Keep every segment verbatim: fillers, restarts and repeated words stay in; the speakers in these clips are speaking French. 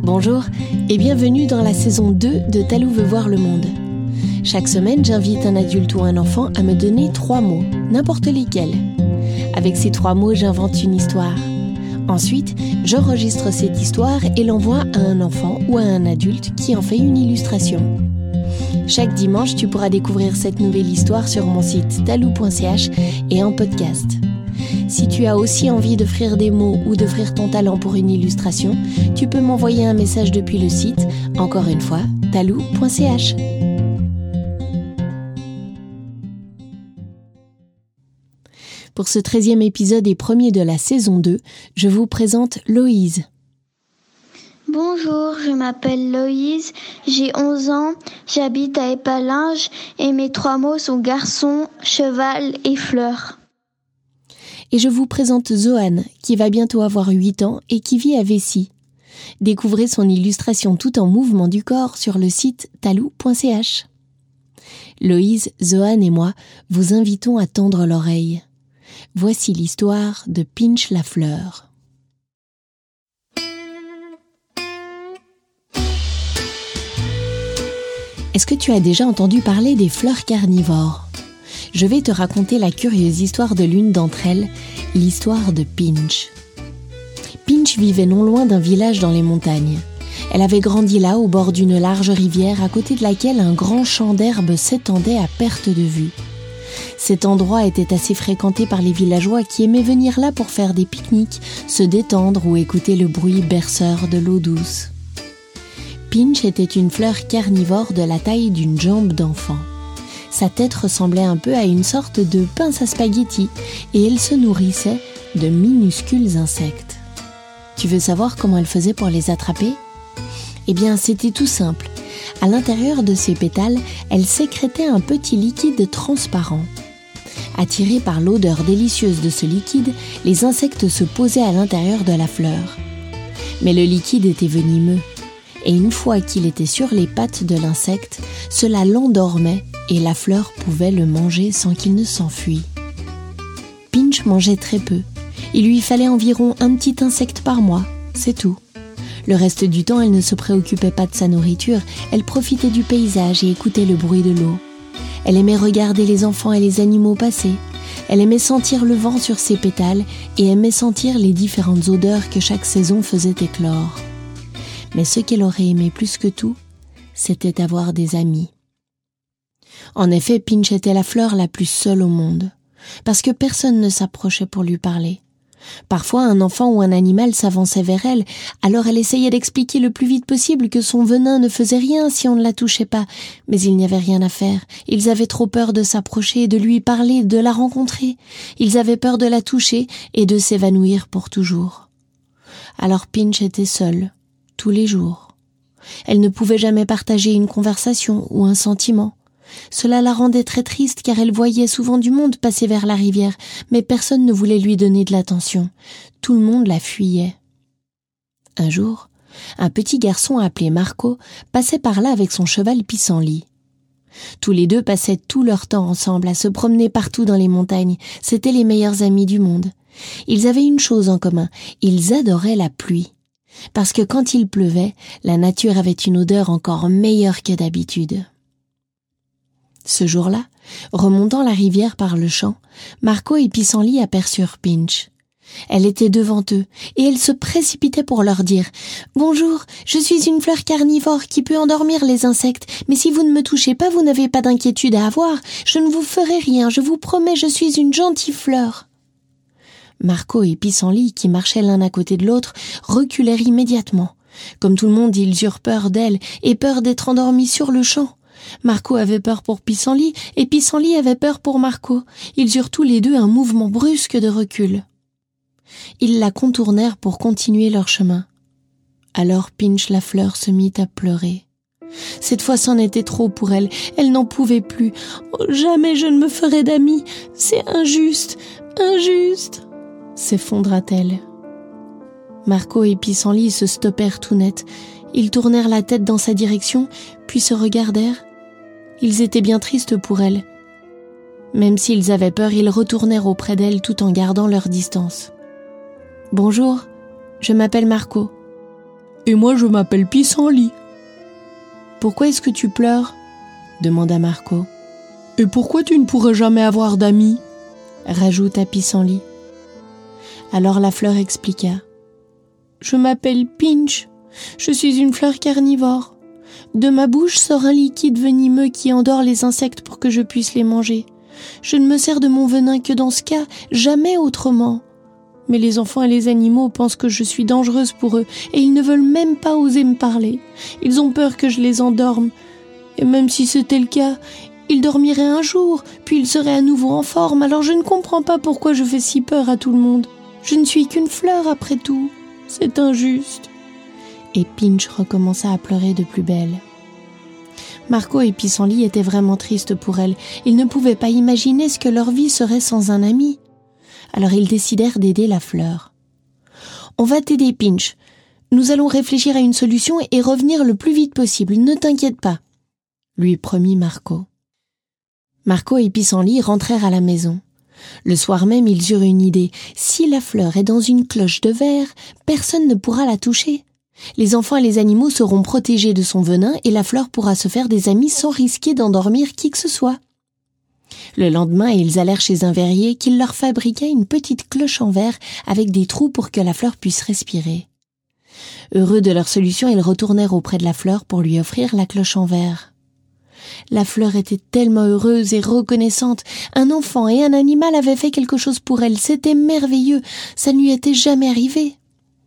Bonjour et bienvenue dans la saison deux de Talou veut voir le monde. Chaque semaine, j'invite un adulte ou un enfant à me donner trois mots, n'importe lesquels. Avec ces trois mots, j'invente une histoire. Ensuite, j'enregistre cette histoire et l'envoie à un enfant ou à un adulte qui en fait une illustration. Chaque dimanche, tu pourras découvrir cette nouvelle histoire sur mon site talou point c h et en podcast. Si tu as aussi envie d'offrir des mots ou d'offrir ton talent pour une illustration, tu peux m'envoyer un message depuis le site, encore une fois, talou point c h. Pour ce treizième épisode et premier de la saison deux, je vous présente Loïse. Bonjour, je m'appelle Loïse, j'ai onze ans, j'habite à Épalinges et mes trois mots sont garçon, cheval et fleur. Et je vous présente Zohan, qui va bientôt avoir huit ans et qui vit à Vessy. Découvrez son illustration tout en mouvement du corps sur le site talou point c h. Loïse, Zohan et moi vous invitons à tendre l'oreille. Voici l'histoire de Pinch la fleur. Est-ce que tu as déjà entendu parler des fleurs carnivores ? Je vais te raconter la curieuse histoire de l'une d'entre elles, l'histoire de Pinch. Pinch vivait non loin d'un village dans les montagnes. Elle avait grandi là, au bord d'une large rivière, à côté de laquelle un grand champ d'herbe s'étendait à perte de vue. Cet endroit était assez fréquenté par les villageois qui aimaient venir là pour faire des pique-niques, se détendre ou écouter le bruit berceur de l'eau douce. Pinch était une fleur carnivore de la taille d'une jambe d'enfant. Sa tête ressemblait un peu à une sorte de pince à spaghetti et elle se nourrissait de minuscules insectes. Tu veux savoir comment elle faisait pour les attraper ? Eh bien, c'était tout simple. À l'intérieur de ses pétales, elle sécrétait un petit liquide transparent. Attirés par l'odeur délicieuse de ce liquide, les insectes se posaient à l'intérieur de la fleur. Mais le liquide était venimeux, et une fois qu'il était sur les pattes de l'insecte, cela l'endormait et la fleur pouvait le manger sans qu'il ne s'enfuit. Pinch mangeait très peu. Il lui fallait environ un petit insecte par mois, c'est tout. Le reste du temps, elle ne se préoccupait pas de sa nourriture, elle profitait du paysage et écoutait le bruit de l'eau. Elle aimait regarder les enfants et les animaux passer. Elle aimait sentir le vent sur ses pétales et aimait sentir les différentes odeurs que chaque saison faisait éclore. Mais ce qu'elle aurait aimé plus que tout, c'était avoir des amis. En effet, Pinch était la fleur la plus seule au monde, parce que personne ne s'approchait pour lui parler. Parfois, un enfant ou un animal s'avançait vers elle, alors elle essayait d'expliquer le plus vite possible que son venin ne faisait rien si on ne la touchait pas, mais il n'y avait rien à faire. Ils avaient trop peur de s'approcher, de lui parler, de la rencontrer. Ils avaient peur de la toucher et de s'évanouir pour toujours. Alors Pinch était seule, tous les jours. Elle ne pouvait jamais partager une conversation ou un sentiment. Cela la rendait très triste car elle voyait souvent du monde passer vers la rivière, mais personne ne voulait lui donner de l'attention. Tout le monde la fuyait. Un jour, un petit garçon appelé Marco passait par là avec son cheval Pissenlit. Tous les deux passaient tout leur temps ensemble à se promener partout dans les montagnes. C'étaient les meilleurs amis du monde. Ils avaient une chose en commun, ils adoraient la pluie. Parce que quand il pleuvait, la nature avait une odeur encore meilleure que d'habitude. Ce jour-là, remontant la rivière par le champ, Marco et Pissenlit aperçurent Pinch. Elle était devant eux, et elle se précipitait pour leur dire « Bonjour, je suis une fleur carnivore qui peut endormir les insectes, mais si vous ne me touchez pas, vous n'avez pas d'inquiétude à avoir. Je ne vous ferai rien, je vous promets, je suis une gentille fleur. » Marco et Pissenlit, qui marchaient l'un à côté de l'autre, reculèrent immédiatement. Comme tout le monde, ils eurent peur d'elle et peur d'être endormis sur le champ. Marco avait peur pour Pissenlit et Pissenlit avait peur pour Marco. Ils eurent tous les deux un mouvement brusque de recul. Ils la contournèrent pour continuer leur chemin. Alors Pinch la fleur se mit à pleurer. Cette fois c'en était trop pour elle, elle n'en pouvait plus. « Oh, jamais je ne me ferai d'amis, c'est injuste, injuste !» s'effondra-t-elle. Marco et Pissenlit se stoppèrent tout net. Ils tournèrent la tête dans sa direction, puis se regardèrent. Ils étaient bien tristes pour elle. Même s'ils avaient peur, ils retournèrent auprès d'elle tout en gardant leur distance. « Bonjour, je m'appelle Marco. » Et moi, je m'appelle Pissenlit. »« Pourquoi est-ce que tu pleures ?» demanda Marco. « Et pourquoi tu ne pourrais jamais avoir d'amis ?» rajouta Pissenlit. Alors la fleur expliqua. « Je m'appelle Pinch, je suis une fleur carnivore. De ma bouche sort un liquide venimeux qui endort les insectes pour que je puisse les manger. Je ne me sers de mon venin que dans ce cas, jamais autrement. Mais les enfants et les animaux pensent que je suis dangereuse pour eux et ils ne veulent même pas oser me parler. Ils ont peur que je les endorme. Et même si c'était le cas, ils dormiraient un jour, puis ils seraient à nouveau en forme. Alors je ne comprends pas pourquoi je fais si peur à tout le monde. Je ne suis qu'une fleur après tout. C'est injuste. » Et Pinch recommença à pleurer de plus belle. Marco et Pissenlit étaient vraiment tristes pour elle. Ils ne pouvaient pas imaginer ce que leur vie serait sans un ami. Alors ils décidèrent d'aider la fleur. « On va t'aider, Pinch. Nous allons réfléchir à une solution et revenir le plus vite possible. Ne t'inquiète pas, » lui promit Marco. Marco et Pissenlit rentrèrent à la maison. Le soir même, ils eurent une idée. Si la fleur est dans une cloche de verre, personne ne pourra la toucher. Les enfants et les animaux seront protégés de son venin et la fleur pourra se faire des amis sans risquer d'endormir qui que ce soit. Le lendemain, ils allèrent chez un verrier qui leur fabriqua une petite cloche en verre avec des trous pour que la fleur puisse respirer. Heureux de leur solution, ils retournèrent auprès de la fleur pour lui offrir la cloche en verre. La fleur était tellement heureuse et reconnaissante. Un enfant et un animal avaient fait quelque chose pour elle. C'était merveilleux. Ça ne lui était jamais arrivé.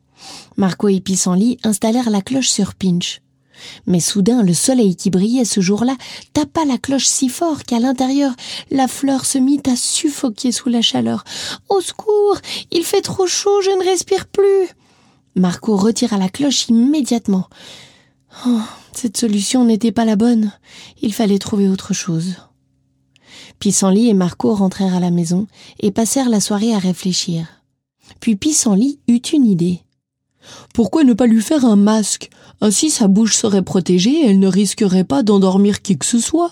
Marco et Pissenlit installèrent la cloche sur Pinch. Mais soudain, le soleil qui brillait ce jour-là tapa la cloche si fort qu'à l'intérieur, la fleur se mit à suffoquer sous la chaleur. « Au secours! Il fait trop chaud, je ne respire plus !» Marco retira la cloche immédiatement. Oh, cette solution n'était pas la bonne. Il fallait trouver autre chose. Pissenlit et Marco rentrèrent à la maison et passèrent la soirée à réfléchir. Puis Pissenlit eut une idée. Pourquoi ne pas lui faire un masque? Ainsi sa bouche serait protégée et elle ne risquerait pas d'endormir qui que ce soit.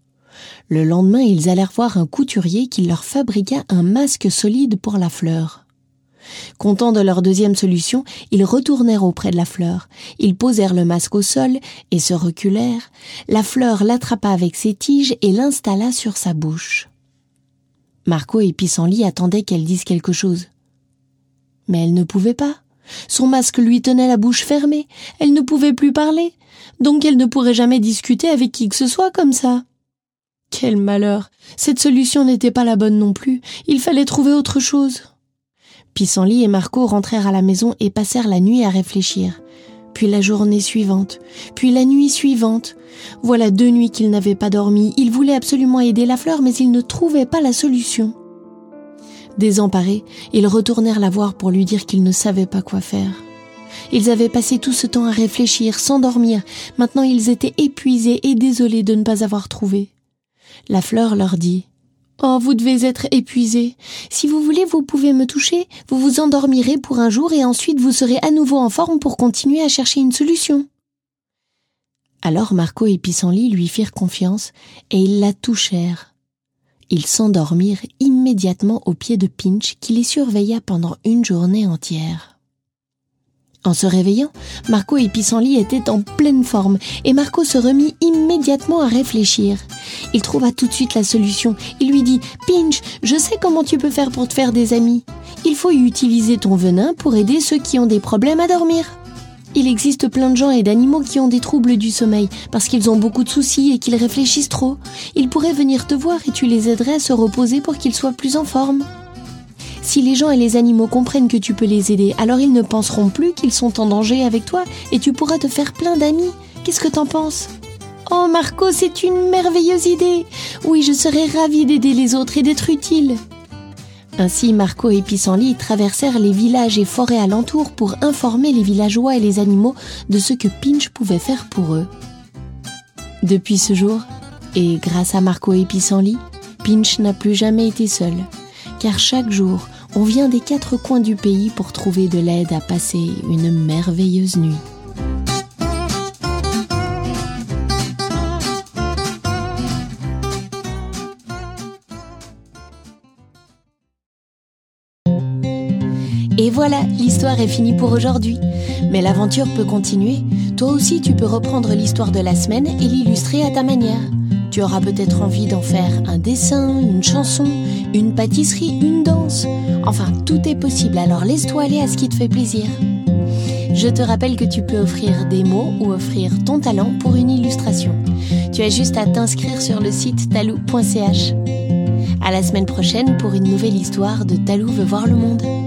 Le lendemain, ils allèrent voir un couturier qui leur fabriqua un masque solide pour la fleur. Contents de leur deuxième solution, ils retournèrent auprès de la fleur. Ils posèrent le masque au sol et se reculèrent. La fleur l'attrapa avec ses tiges et l'installa sur sa bouche. Marco et Pissenlit attendaient qu'elle dise quelque chose. Mais elle ne pouvait pas. Son masque lui tenait la bouche fermée. Elle ne pouvait plus parler. Donc elle ne pourrait jamais discuter avec qui que ce soit comme ça. Quel malheur! Cette solution n'était pas la bonne non plus. Il fallait trouver autre chose. Pissenlit et Marco rentrèrent à la maison et passèrent la nuit à réfléchir. Puis la journée suivante, puis la nuit suivante. Voilà deux nuits qu'ils n'avaient pas dormi. Ils voulaient absolument aider la fleur, mais ils ne trouvaient pas la solution. Désemparés, ils retournèrent la voir pour lui dire qu'ils ne savaient pas quoi faire. Ils avaient passé tout ce temps à réfléchir, sans dormir. Maintenant, ils étaient épuisés et désolés de ne pas avoir trouvé. La fleur leur dit « Oh, vous devez être épuisés. Si vous voulez, vous pouvez me toucher. Vous vous endormirez pour un jour et ensuite vous serez à nouveau en forme pour continuer à chercher une solution. » Alors Marco et Pissenlit lui firent confiance et ils la touchèrent. Ils s'endormirent immédiatement aux pieds de Pinch qui les surveilla pendant une journée entière. En se réveillant, Marco et Pissenlit étaient en pleine forme et Marco se remit immédiatement à réfléchir. Il trouva tout de suite la solution. Il lui dit « Pinch, je sais comment tu peux faire pour te faire des amis. Il faut utiliser ton venin pour aider ceux qui ont des problèmes à dormir. » Il existe plein de gens et d'animaux qui ont des troubles du sommeil parce qu'ils ont beaucoup de soucis et qu'ils réfléchissent trop. Ils pourraient venir te voir et tu les aiderais à se reposer pour qu'ils soient plus en forme. Si les gens et les animaux comprennent que tu peux les aider, alors ils ne penseront plus qu'ils sont en danger avec toi et tu pourras te faire plein d'amis. Qu'est-ce que t'en penses ? Oh Marco, c'est une merveilleuse idée. Oui, je serais ravie d'aider les autres et d'être utile. Ainsi, Marco et Pissenlit traversèrent les villages et forêts alentours pour informer les villageois et les animaux de ce que Pinch pouvait faire pour eux. Depuis ce jour, et grâce à Marco et Pissenlit, Pinch n'a plus jamais été seul, car chaque jour, on vient des quatre coins du pays pour trouver de l'aide à passer une merveilleuse nuit. Et voilà. voilà, l'histoire est finie pour aujourd'hui. Mais l'aventure peut continuer. Toi aussi, tu peux reprendre l'histoire de la semaine et l'illustrer à ta manière. Tu auras peut-être envie d'en faire un dessin, une chanson, une pâtisserie, une danse. Enfin, tout est possible, alors laisse-toi aller à ce qui te fait plaisir. Je te rappelle que tu peux offrir des mots ou offrir ton talent pour une illustration. Tu as juste à t'inscrire sur le site talou point c h. À la semaine prochaine pour une nouvelle histoire de Talou veut voir le monde.